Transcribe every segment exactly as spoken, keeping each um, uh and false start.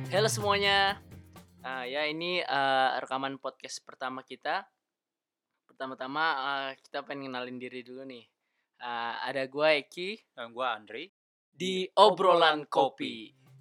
Halo semuanya, eee, ya ini, eee, rekaman podcast pertama kita. Pertama-tama, eee, kita pengen ngenalin diri dulu nih. Eee, ada gua Eki Dan gua Andri di di obrolan Obrolan kopi. Kopi.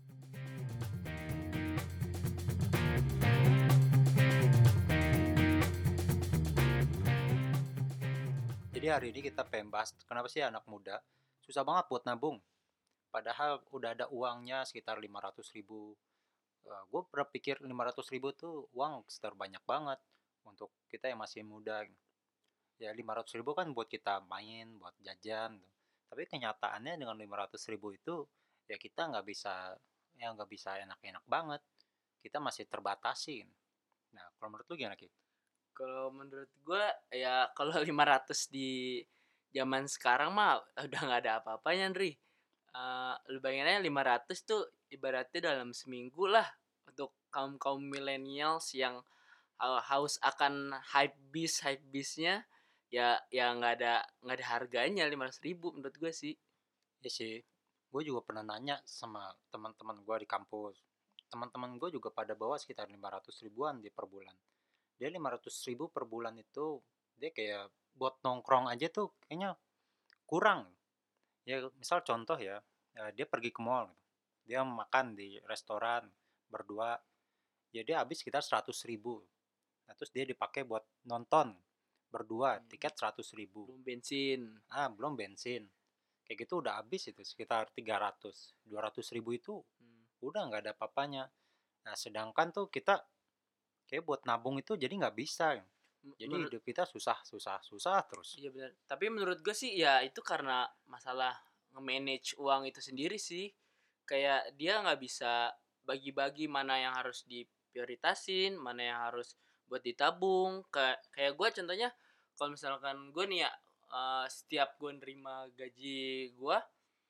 Jadi hari ini kita pengen bahas kenapa sih anak muda susah banget buat nabung. Padahal udah ada uangnya sekitar lima ratus ribu. Uh, gue pernah pikir lima ratus ribu tuh uang sekitar banyak banget untuk kita yang masih muda. Ya lima ratus ribu kan buat kita main, buat jajan. Tapi kenyataannya dengan lima ratus ribu itu ya kita nggak bisa ya nggak bisa enak-enak banget. Kita masih terbatasi. Nah kalau menurut lu gimana Ki? Kalau menurut gua ya kalau lima ratus di zaman sekarang mah udah nggak ada apa-apanya, Ndri. Eee, lu bayangin aja lima ratus tuh ibaratnya dalam seminggu lah untuk kaum-kaum millennials yang Eee, haus akan hypebeast hypebeast-nya, ya ya nggak ada nggak ada harganya lima ratus ribu menurut gue sih. Ya sih, gue juga pernah nanya sama teman-teman gue di kampus. Teman-teman gue juga pada bawa sekitar lima ratus ribuan di per bulan. Dia lima ratus ribu per bulan itu, dia kayak buat nongkrong aja tuh kayaknya kurang. Ya misal contoh ya, eh, dia pergi ke mall, gitu. Dia makan di restoran berdua, ya dia habis sekitar seratus ribu. Nah, terus dia dipakai buat nonton berdua, Mmm, tiket seratus ribu. belum bensin. Ah, belum bensin. Kayak gitu udah habis itu sekitar tiga ratus dua ratus ribu itu Mmm, udah nggak ada apa-apanya. Nah sedangkan tuh kita kayak buat nabung itu jadi nggak bisa, me jadi menurut hidup kita susah susah susah terus. iya benar. Tapi menurut gue sih ya itu karena masalah nge-manage uang itu sendiri sih. Kayak dia nggak bisa bagi-bagi mana yang harus diprioritasin, mana yang harus buat ditabung. Kayak kayak gue contohnya kalau misalkan gue nih ya, eee, setiap gue nerima gaji gue,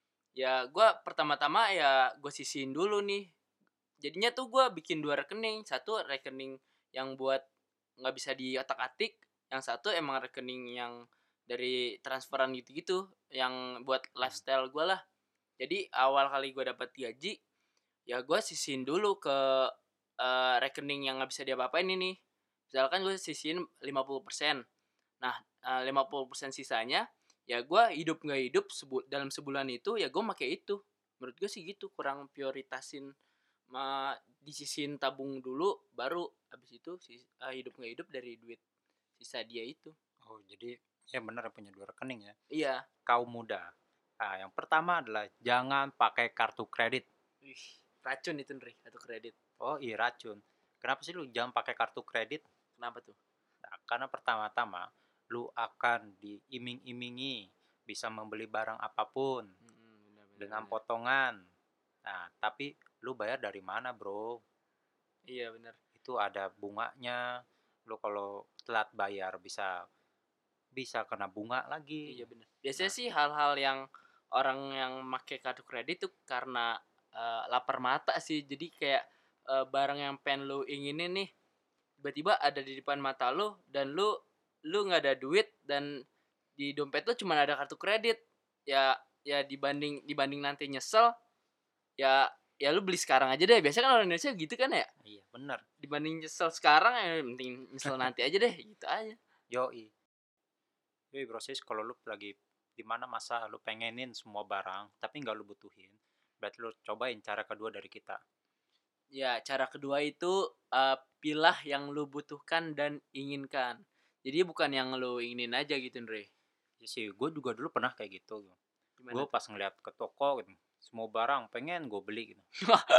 ya gue pertama-tama ya gue sisihin dulu nih. Jadinya tuh gue bikin dua rekening, satu rekening yang buat nggak bisa diotak-atik, yang satu emang rekening yang dari transferan gitu-gitu, yang buat Hmm. lifestyle gue lah. Jadi awal kali gue dapat gaji, ya gue sisihin dulu ke, eee, rekening yang nggak bisa diapa-apain ini. Misalkan gue sisihin lima puluh persen. Nah, eee, lima puluh persen sisanya, ya gue hidup nggak hidup sebu dalam sebulan itu, ya gue make itu. Menurut gue sih gitu, kurang prioritasin, ma disisihin tabung dulu, baru habis itu sis eee, hidup nggak hidup dari duit sisa dia itu. Oh jadi ya benar punya dua rekening ya. Iya. Kaum muda, nah yang pertama adalah jangan pakai kartu kredit. Wih, racun itu Ndri, kartu kredit. Oh iya racun. Kenapa sih lu jangan pakai kartu kredit? Kenapa tuh? Nah, karena pertama-tama lu akan diiming-imingi bisa membeli barang apapun Mhm, bener bener dengan bener. potongan. Nah, tapi lu bayar dari mana, Bro? Iya bener. Itu ada bunganya. Lu kalau telat bayar bisa bisa kena bunga lagi. Iya bener. Biasanya Nah, sih hal-hal yang orang yang make kartu kredit tuh karena, eee, lapar mata sih. Jadi kayak, eee, barang yang pengen lu inginin nih, tiba-tiba ada di depan mata lu dan lu lu nggak ada duit dan di dompet lu cuman ada kartu kredit. Ya ya dibanding dibanding nanti nyesel, ya ya lu beli sekarang aja deh. Biasanya kan orang Indonesia gitu kan ya? iya bener. Dibanding nyesel sekarang, ya mending nyesel nanti aja deh, gitu aja. Yoi. Yoi proses kalau lu lagi di mana masa lu pengenin semua barang tapi nggak lu butuhin. Berarti lu cobain cara kedua dari kita. Ya, cara kedua itu, eee, pilah yang lu butuhkan dan inginkan. Jadi bukan yang lu inginin aja gitu, Ndre. Ya sih, gue juga dulu pernah kayak gitu. Gue Gimana tuh? pas ngeliat ke toko gitu, semua barang pengen gue beli gitu.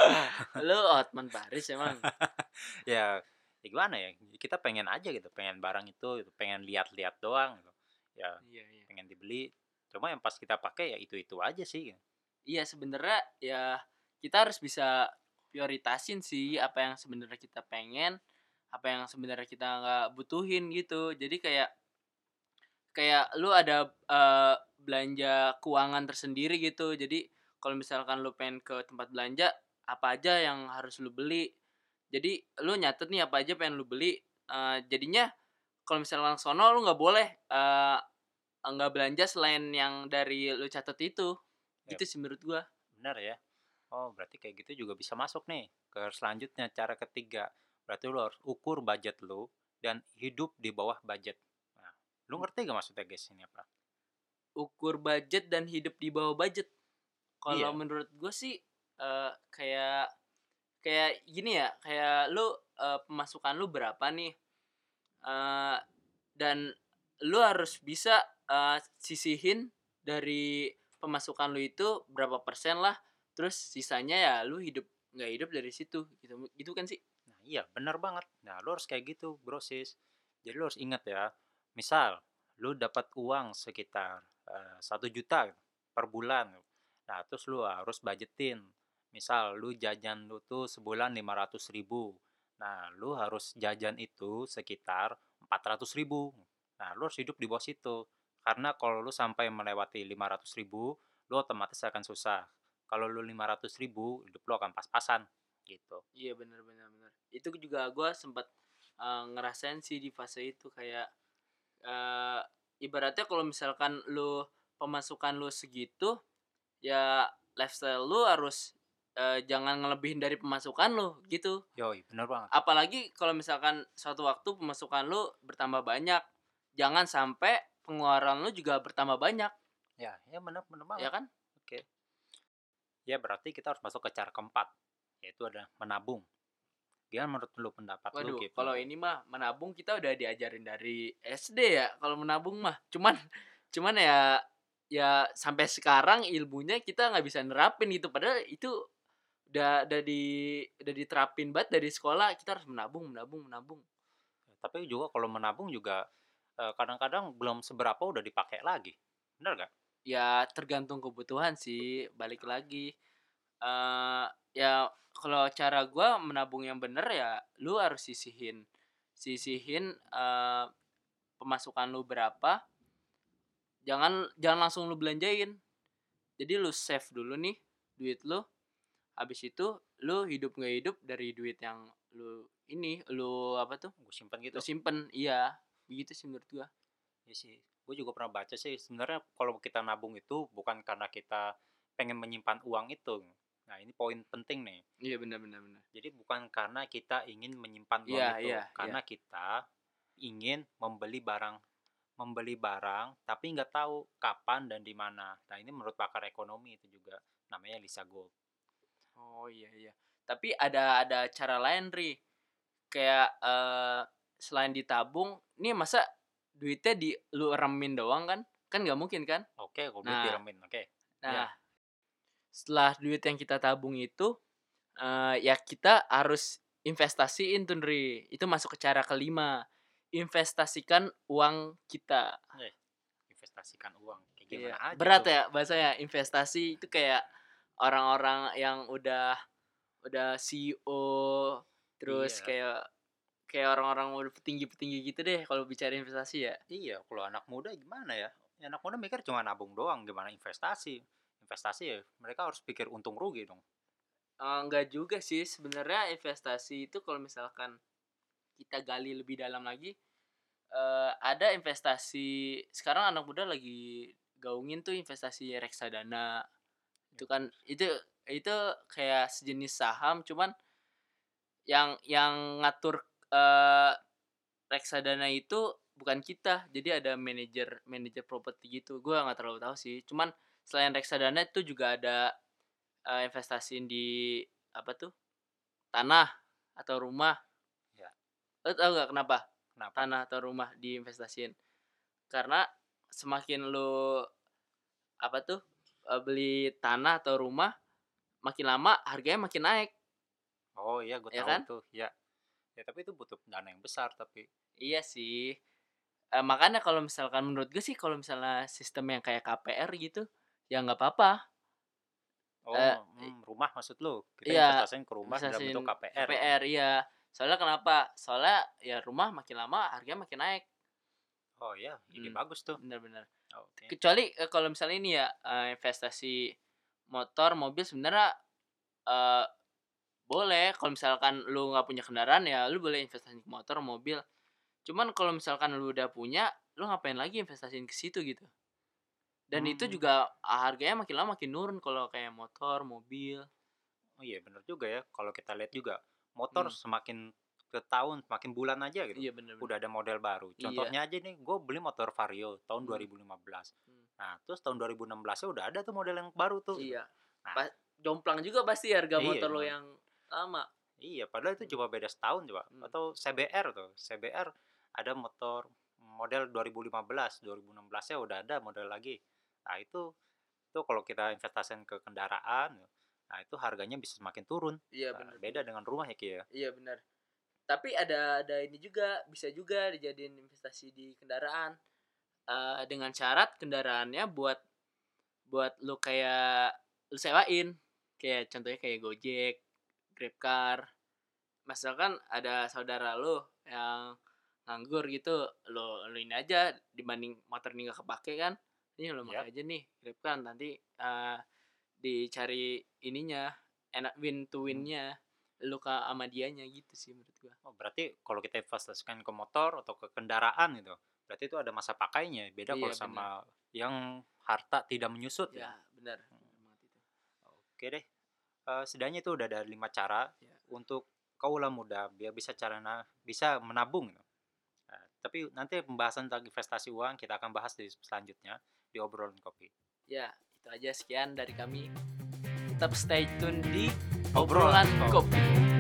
Lu Hotman Paris emang? Ya, ya gimana ya? Kita pengen aja gitu, pengen barang itu, gitu. Pengen lihat-lihat doang gitu. Ya, Iya iya. pengen dibeli. Cuma yang pas kita pakai ya itu-itu aja sih. Gitu. Iya, sebenarnya ya kita harus bisa prioritasin sih apa yang sebenarnya kita pengen, apa yang sebenarnya kita nggak butuhin gitu. Jadi kayak kayak lu ada, eee, belanja keuangan tersendiri gitu. Jadi kalau misalkan lu pengen ke tempat belanja, apa aja yang harus lu beli. Jadi lu nyatet nih apa aja pengen lu beli, eee, jadinya kalau misalkan sono lu nggak boleh, eee, nggak belanja selain yang dari lu catet itu. Ya, Gitu sih menurut gua. benar ya. Oh, berarti kayak gitu juga bisa masuk nih ke selanjutnya, cara ketiga. Berarti lu harus ukur budget lu dan hidup di bawah budget. Nah, lu ngerti gak maksudnya guys ini apa? Ukur budget dan hidup di bawah budget. Kalau Iya, menurut gue sih, eee, kayak kayak gini ya, kayak lu, eee, pemasukan lu berapa nih, eee, dan lu harus bisa, eee, sisihin dari pemasukan lu itu berapa persen lah, terus sisanya ya lu hidup nggak hidup dari situ, gitu gitu kan sih? nah iya bener banget. Nah, lu harus kayak gitu, Bro, Sis. Jadi lu harus ingat ya, misal lu dapat uang sekitar eh, satu juta per bulan. Nah, terus lu harus budgetin. Misal lu jajan lu tuh sebulan lima ratus ribu. Nah, lu harus jajan itu sekitar empat ratus ribu. Nah, lu harus hidup di bawah situ. Karena kalau lu sampai melewati lima ratus ribu, lu otomatis akan susah. Kalau lu lima ratus ribu, hidup lu akan pas-pasan gitu. Iya, bener bener bener. Itu juga gue sempat, eee, ngerasain sih di fase itu kayak, eee, ibaratnya kalau misalkan lu pemasukan lu segitu, ya lifestyle lu harus, eee, jangan ngelebihin dari pemasukan lu, gitu. Yoi, bener banget. Apalagi kalau misalkan suatu waktu pemasukan lu bertambah banyak, jangan sampai pengeluaran lu juga bertambah banyak, Ya, ya bener bener banget. ya kan? Oke. Ya berarti kita harus masuk ke cara keempat, yaitu adalah menabung. Gimana menurut lu pendapat lu Waduh, Gip kalau nih? ini mah menabung kita udah diajarin dari S D ya, kalau menabung mah. Cuman cuman ya ya sampai sekarang ilmunya kita nggak bisa nerapin gitu, padahal itu udah udah di udah diterapin banget dari sekolah, kita harus menabung menabung menabung. Tapi juga kalau menabung juga eh, kadang-kadang belum seberapa udah dipakai lagi. Bener gak? Ya tergantung kebutuhan sih, balik lagi. Eee, ya kalau cara gua menabung yang bener ya lu harus sisihin sisihin, eee, pemasukan lu berapa, jangan jangan langsung lu belanjain. Jadi lu save dulu nih duit lu, habis itu lu hidup nggak hidup dari duit yang lu ini, lu apa tuh, Gue simpan lu gitu. simpen. Iya, begitu sih menurut gua. Ya sih. Gue juga pernah baca sih sebenarnya kalau kita nabung itu bukan karena kita pengen menyimpan uang itu. Nah ini poin penting nih. Iya, benar benar benar. Jadi bukan karena kita ingin menyimpan uang Iya itu, iya iya. karena kita ingin membeli barang membeli barang tapi nggak tahu kapan dan di mana. Nah, ini menurut pakar ekonomi itu juga namanya Lisa Gold. Oh, iya iya. Tapi ada ada cara lain, Ri. Kayak, eee, selain ditabung, nih masa duitnya di lu remin doang kan? Kan nggak mungkin kan? Oke, kalau duit Nah diremin. Oke. Ya. nah, setelah duit yang kita tabung itu, eee, ya kita harus investasiin tuh, Ri. Itu masuk ke cara kelima, investasikan uang kita. Eh, investasikan uang. Kayak Iya, gimana aja berat tuh? ya bahasanya, investasi itu kayak orang-orang yang udah udah C E O, terus Iya. kayak kayak orang-orang udah petinggi-petinggi gitu deh kalau bicara investasi ya. Iya, kalau anak muda gimana ya? Ya, anak muda mikir cuma nabung doang, gimana investasi? Investasi ya mereka harus pikir untung rugi dong. Eee, enggak juga sih sebenarnya investasi itu kalau misalkan kita gali lebih dalam lagi, eee, ada investasi sekarang anak muda lagi gaungin tuh investasi reksadana. Ya, Itu kan itu itu kayak sejenis saham cuman yang yang ngatur, eee, reksadana itu bukan kita, jadi ada manajer manajer properti gitu, gua nggak terlalu tahu sih. Cuman selain reksadana itu juga ada, eee, investasiin di apa tuh, tanah atau rumah. ya. Lo tau nggak kenapa Kenapa? tanah atau rumah diinvestasiin? Karena semakin lu apa tuh, eee, beli tanah atau rumah, makin lama harganya makin naik, Oh iya, gue ya tahu kan? itu. Ya. Ya tapi itu butuh dana yang besar tapi. Iya sih, eee, makanya kalau misalkan menurut gue sih kalau misalnya sistem yang kayak K P R gitu, ya nggak apa-apa. Eee, Oh, i hmm, rumah maksud lu? Kita iya, investasiin ke rumah dalam bentuk investasiin K P R gitu. K P R, iya. Soalnya kenapa? Soalnya ya rumah makin lama harganya makin naik. Oh iya, ide Mhm, bagus tuh. bener bener. Oke. Kecuali, eee, kalau misalnya ini ya, eee, investasi motor, mobil sebenarnya, eee, boleh kalau misalkan lu nggak punya kendaraan ya lu boleh investasi ke motor, mobil. Cuman kalau misalkan lu udah punya, lu ngapain lagi investasiin ke situ gitu. Dan itu Hmm, juga, ah, harganya makin lama makin nurun kalau kayak motor, mobil. Oh iya bener juga ya, kalau kita lihat juga motor Mmm. semakin ke tahun, semakin bulan aja gitu, Iya, bener bener. udah ada model baru. Iya. Contohnya aja nih, gue beli motor Vario tahun dua Mmm. ribu lima belas. Mmm. Nah, terus tahun dua ribu enam belasnya udah ada tuh model yang baru tuh gitu. Iya. Nah, Pa jomplang juga pasti harga iya motor lo cuman yang lama. iya, padahal itu Mmm. cuma beda setahun coba. Mmm. Atau C B R tuh, C B R ada motor model dua ribu lima belas, dua ribu enam belasnya udah ada model lagi. Nah itu itu kalau kita investasiin ke kendaraan, nah itu harganya bisa semakin turun. Iya, Eee, bener beda bener. dengan rumah ya, Ki, ya? Iya, bener. Tapi ada ada ini juga, bisa juga dijadiin investasi di kendaraan, eee, dengan syarat kendaraannya buat buat lu kayak lu sewain. Kayak contohnya kayak Gojek, GrabCar. Misalkan ada saudara lu yang nganggur gitu, lu lu ini aja, dibanding motor ini nggak kepake kan, "Nih lu Iya. make aja nih GrabCar, nanti, eee, dicari ininya, enak win to Mmm. win-nya, lu ka ama dianya," gitu sih menurut gua. Oh, berarti kalau kita investasikan ke motor atau ke kendaraan gitu, berarti itu ada masa pakainya. Beda kalau Iya, bener. sama yang harta tidak menyusut Ya, ya. benar, Mhm. benar banget itu. Oke deh, eee, setidaknya itu udah ada lima cara Ya. untuk kaula muda biar bisa cara na bisa menabung. Nah, tapi nanti pembahasan tentang investasi uang kita akan bahas di selanjutnya di obrolan kopi. Ya, itu aja sekian dari kami. Tetap stay tune di Obrolan obrolan Kopi. kopi.